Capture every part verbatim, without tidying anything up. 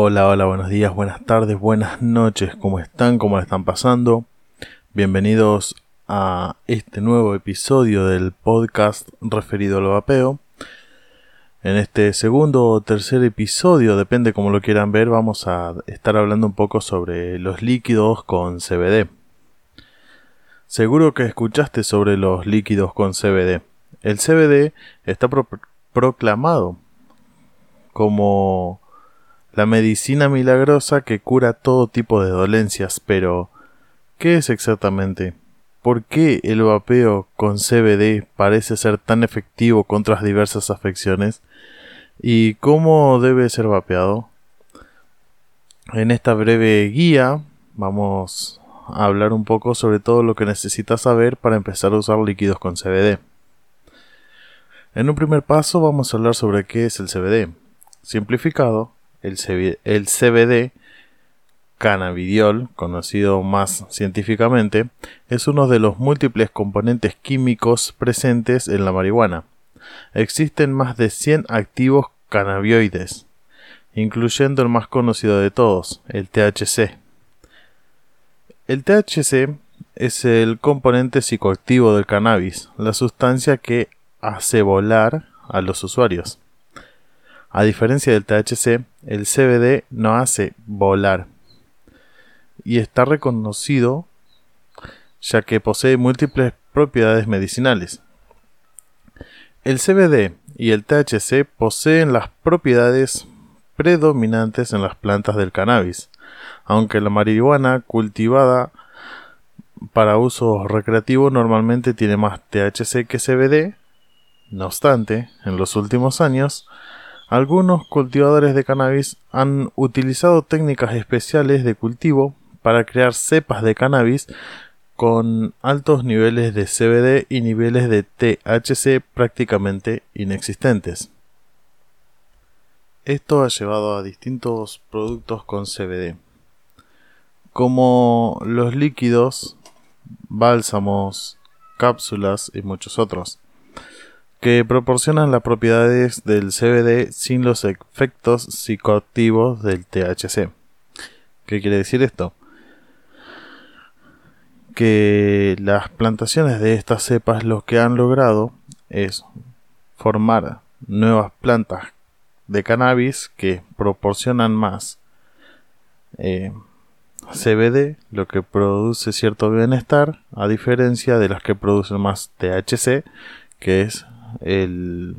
Hola, hola, buenos días, buenas tardes, buenas noches, ¿cómo están? ¿Cómo la están pasando? Bienvenidos a este nuevo episodio del podcast referido al vapeo. En este segundo o tercer episodio, depende cómo lo quieran ver, vamos a estar hablando un poco sobre los líquidos con C B D. Seguro que escuchaste sobre los líquidos con C B D. El C B D está pro- proclamado como la medicina milagrosa que cura todo tipo de dolencias, pero ¿qué es exactamente? ¿Por qué el vapeo con C B D parece ser tan efectivo contra diversas afecciones? ¿Y cómo debe ser vapeado? En esta breve guía vamos a hablar un poco sobre todo lo que necesitas saber para empezar a usar líquidos con C B D. En un primer paso vamos a hablar sobre qué es el C B D. Simplificado, el C B D, cannabidiol, conocido más científicamente, es uno de los múltiples componentes químicos presentes en la marihuana. Existen más de cien activos cannabinoides, incluyendo el más conocido de todos, el T H C. El T H C es el componente psicoactivo del cannabis, la sustancia que hace volar a los usuarios. A diferencia del T H C, el C B D no hace volar y está reconocido ya que posee múltiples propiedades medicinales. El C B D y el T H C poseen las propiedades predominantes en las plantas del cannabis, aunque la marihuana cultivada para uso recreativo normalmente tiene más T H C que C B D. No obstante, en los últimos años, algunos cultivadores de cannabis han utilizado técnicas especiales de cultivo para crear cepas de cannabis con altos niveles de C B D y niveles de T H C prácticamente inexistentes. Esto ha llevado a distintos productos con C B D, como los líquidos, bálsamos, cápsulas y muchos otros, que proporcionan las propiedades del C B D sin los efectos psicoactivos del T H C. ¿Qué quiere decir esto? Que las plantaciones de estas cepas lo que han logrado es formar nuevas plantas de cannabis que proporcionan más eh, C B D, lo que produce cierto bienestar, a diferencia de las que producen más T H C, que es el,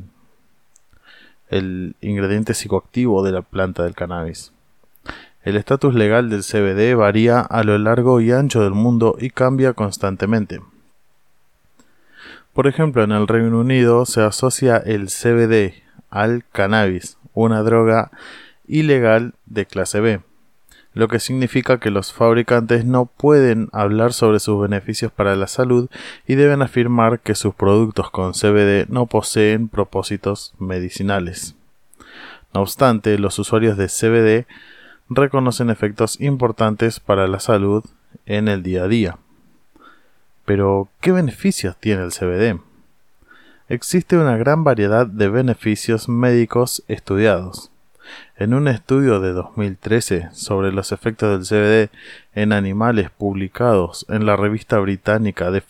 el ingrediente psicoactivo de la planta del cannabis. El estatus legal del C B D varía a lo largo y ancho del mundo y cambia constantemente. Por ejemplo, en el Reino Unido se asocia el C B D al cannabis, una droga ilegal de clase B, lo que significa que los fabricantes no pueden hablar sobre sus beneficios para la salud y deben afirmar que sus productos con C B D no poseen propósitos medicinales. No obstante, los usuarios de C B D reconocen efectos importantes para la salud en el día a día. Pero, ¿qué beneficios tiene el C B D? Existe una gran variedad de beneficios médicos estudiados. En un estudio de dos mil trece sobre los efectos del C B D en animales publicados en la revista británica de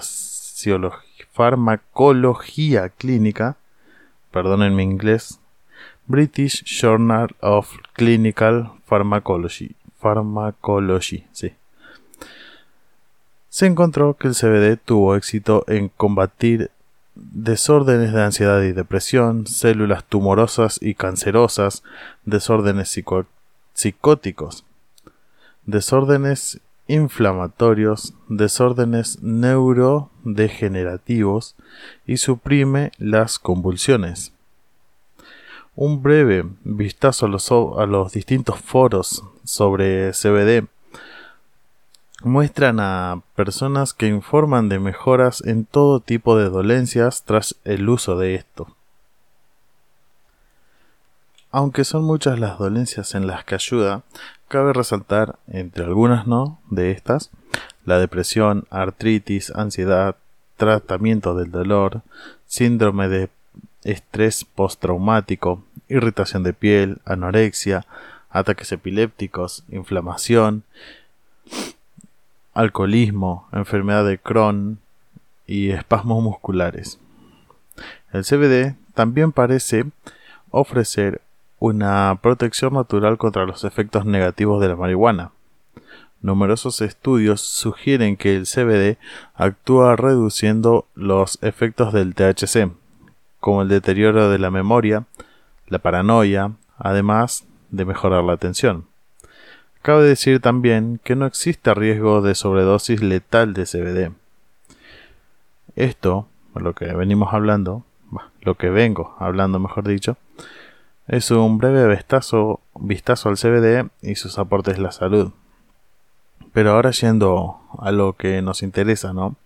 farmacología clínica, perdonen mi inglés, British Journal of Clinical Pharmacology, Pharmacology, sí. Se encontró que el C B D tuvo éxito en combatir desórdenes de ansiedad y depresión, células tumorosas y cancerosas, desórdenes psico- psicóticos, desórdenes inflamatorios, desórdenes neurodegenerativos y suprime las convulsiones. Un breve vistazo a los, a los distintos foros sobre C B D muestran a personas que informan de mejoras en todo tipo de dolencias tras el uso de esto. Aunque son muchas las dolencias en las que ayuda, cabe resaltar, entre algunas no, de estas, la depresión, artritis, ansiedad, tratamiento del dolor, síndrome de estrés postraumático, irritación de piel, anorexia, ataques epilépticos, inflamación, alcoholismo, enfermedad de Crohn y espasmos musculares. El C B D también parece ofrecer una protección natural contra los efectos negativos de la marihuana. Numerosos estudios sugieren que el C B D actúa reduciendo los efectos del T H C, como el deterioro de la memoria, la paranoia, además de mejorar la atención. Cabe decir también que no existe riesgo de sobredosis letal de C B D. Esto, lo que venimos hablando, lo que vengo hablando mejor dicho, es un breve vistazo, vistazo al C B D y sus aportes a la salud. Pero ahora yendo a lo que nos interesa, ¿no?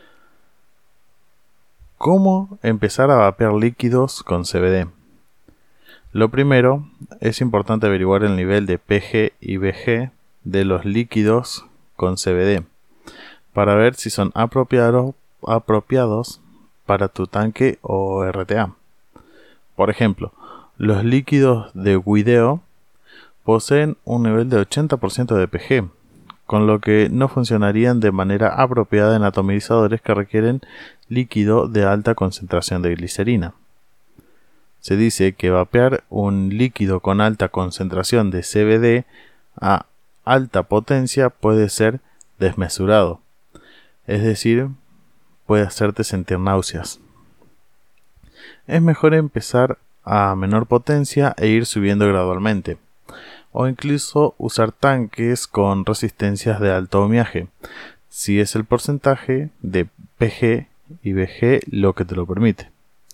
¿Cómo empezar a vapear líquidos con C B D? Lo primero, es importante averiguar el nivel de P G y V G de los líquidos con C B D para ver si son apropiado, apropiados para tu tanque o R T A. Por ejemplo, los líquidos de Guideo poseen un nivel de ochenta por ciento de P G, con lo que no funcionarían de manera apropiada en atomizadores que requieren líquido de alta concentración de glicerina. Se dice que vapear un líquido con alta concentración de C B D a alta potencia puede ser desmesurado, es decir, puede hacerte sentir náuseas. Es mejor empezar a menor potencia e ir subiendo gradualmente, o incluso usar tanques con resistencias de alto ohmiaje, si es el porcentaje de P G y V G lo que te lo permite.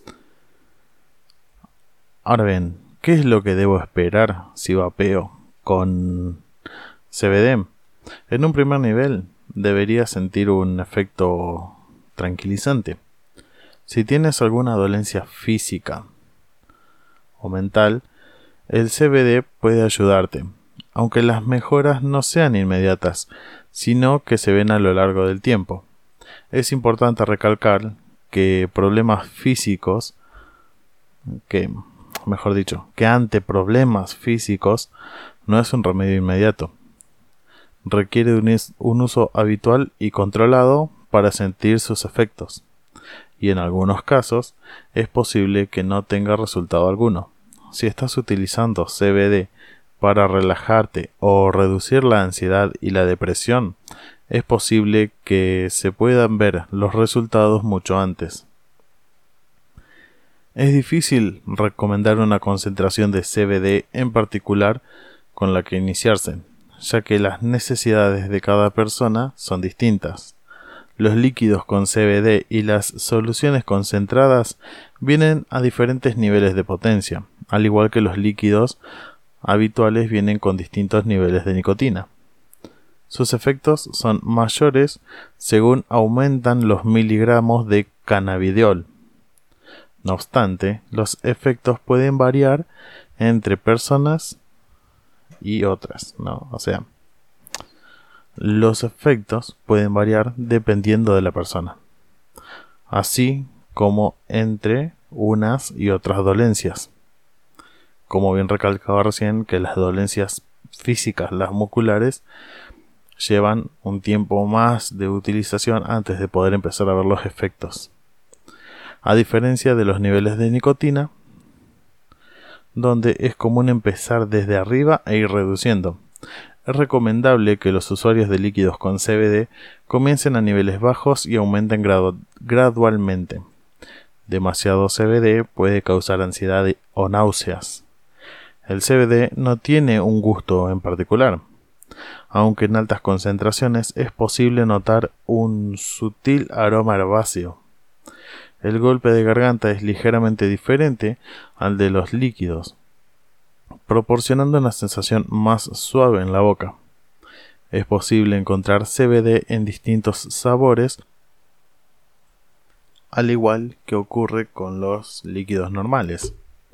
Ahora bien, ¿qué es lo que debo esperar si vapeo con C B D? En un primer nivel, deberías sentir un efecto tranquilizante. Si tienes alguna dolencia física o mental, el C B D puede ayudarte, aunque las mejoras no sean inmediatas, sino que se ven a lo largo del tiempo. Es importante recalcar que problemas físicos, que, mejor dicho, que ante problemas físicos no es un remedio inmediato. Requiere un, un uso habitual y controlado para sentir sus efectos, y en algunos casos es posible que no tenga resultado alguno. Si estás utilizando C B D para relajarte o reducir la ansiedad y la depresión, es posible que se puedan ver los resultados mucho antes. Es difícil recomendar una concentración de C B D en particular con la que iniciarse, ya que las necesidades de cada persona son distintas. Los líquidos con C B D y las soluciones concentradas vienen a diferentes niveles de potencia, al igual que los líquidos habituales vienen con distintos niveles de nicotina. Sus efectos son mayores según aumentan los miligramos de cannabidiol. No obstante, los efectos pueden variar entre personas y otras, ¿no? O sea, los efectos pueden variar dependiendo de la persona, así como entre unas y otras dolencias. Como bien recalcaba recién, que las dolencias físicas, las musculares, llevan un tiempo más de utilización antes de poder empezar a ver los efectos. A diferencia de los niveles de nicotina, donde es común empezar desde arriba e ir reduciendo. Es recomendable que los usuarios de líquidos con C B D comiencen a niveles bajos y aumenten gradu- gradualmente. Demasiado C B D puede causar ansiedad o náuseas. El C B D no tiene un gusto en particular, aunque en altas concentraciones es posible notar un sutil aroma herbáceo. El golpe de garganta es ligeramente diferente al de los líquidos, proporcionando una sensación más suave en la boca. Es posible encontrar C B D en distintos sabores, al igual que ocurre con los líquidos normales.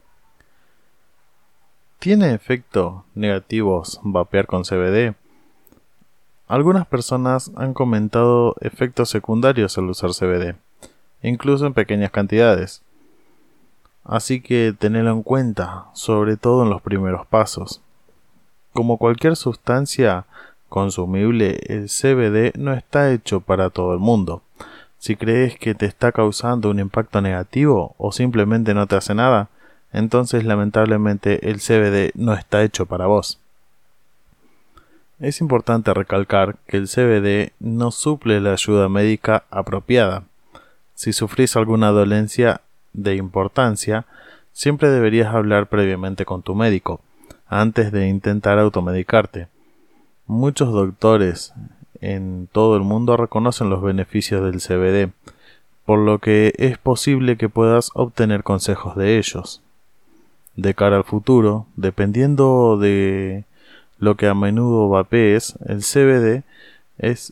¿Tiene efectos negativos vapear con C B D? Algunas personas han comentado efectos secundarios al usar C B D, incluso en pequeñas cantidades. Así que tenedlo en cuenta, sobre todo en los primeros pasos. Como cualquier sustancia consumible, el C B D no está hecho para todo el mundo. Si crees que te está causando un impacto negativo o simplemente no te hace nada, entonces lamentablemente el C B D no está hecho para vos. Es importante recalcar que el C B D no suple la ayuda médica apropiada. Si sufrís alguna dolencia de importancia, siempre deberías hablar previamente con tu médico, antes de intentar automedicarte. Muchos doctores en todo el mundo reconocen los beneficios del C B D, por lo que es posible que puedas obtener consejos de ellos. De cara al futuro, dependiendo de lo que a menudo vapees, el C B D es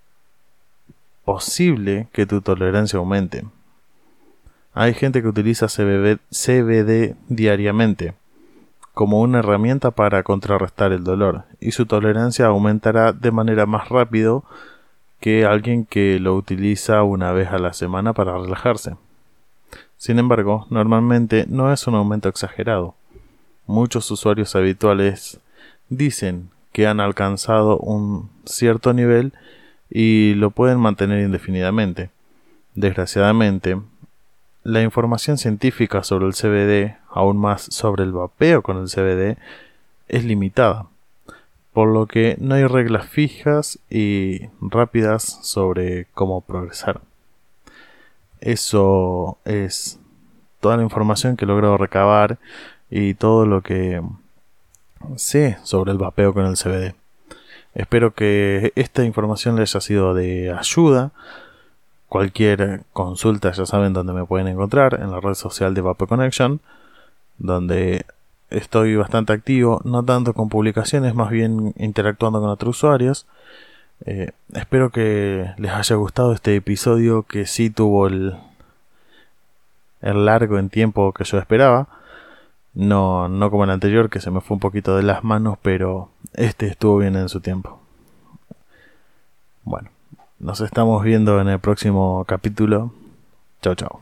posible que tu tolerancia aumente. Hay gente que utiliza C B D diariamente como una herramienta para contrarrestar el dolor, y su tolerancia aumentará de manera más rápido que alguien que lo utiliza una vez a la semana para relajarse. Sin embargo, normalmente no es un aumento exagerado. Muchos usuarios habituales dicen que han alcanzado un cierto nivel y lo pueden mantener indefinidamente. Desgraciadamente, la información científica sobre el C B D, aún más sobre el vapeo con el C B D, es limitada, por lo que no hay reglas fijas y rápidas sobre cómo progresar. Eso es toda la información que he logrado recabar y todo lo que sé sobre el vapeo con el C B D. Espero que esta información les haya sido de ayuda. Cualquier consulta ya saben dónde me pueden encontrar, en la red social de Vape Connection, donde estoy bastante activo, no tanto con publicaciones, más bien interactuando con otros usuarios. Eh, espero que les haya gustado este episodio, que sí tuvo el, el largo en tiempo que yo esperaba. No, no como el anterior, que se me fue un poquito de las manos, pero este estuvo bien en su tiempo. Bueno, nos estamos viendo en el próximo capítulo. Chao, chao.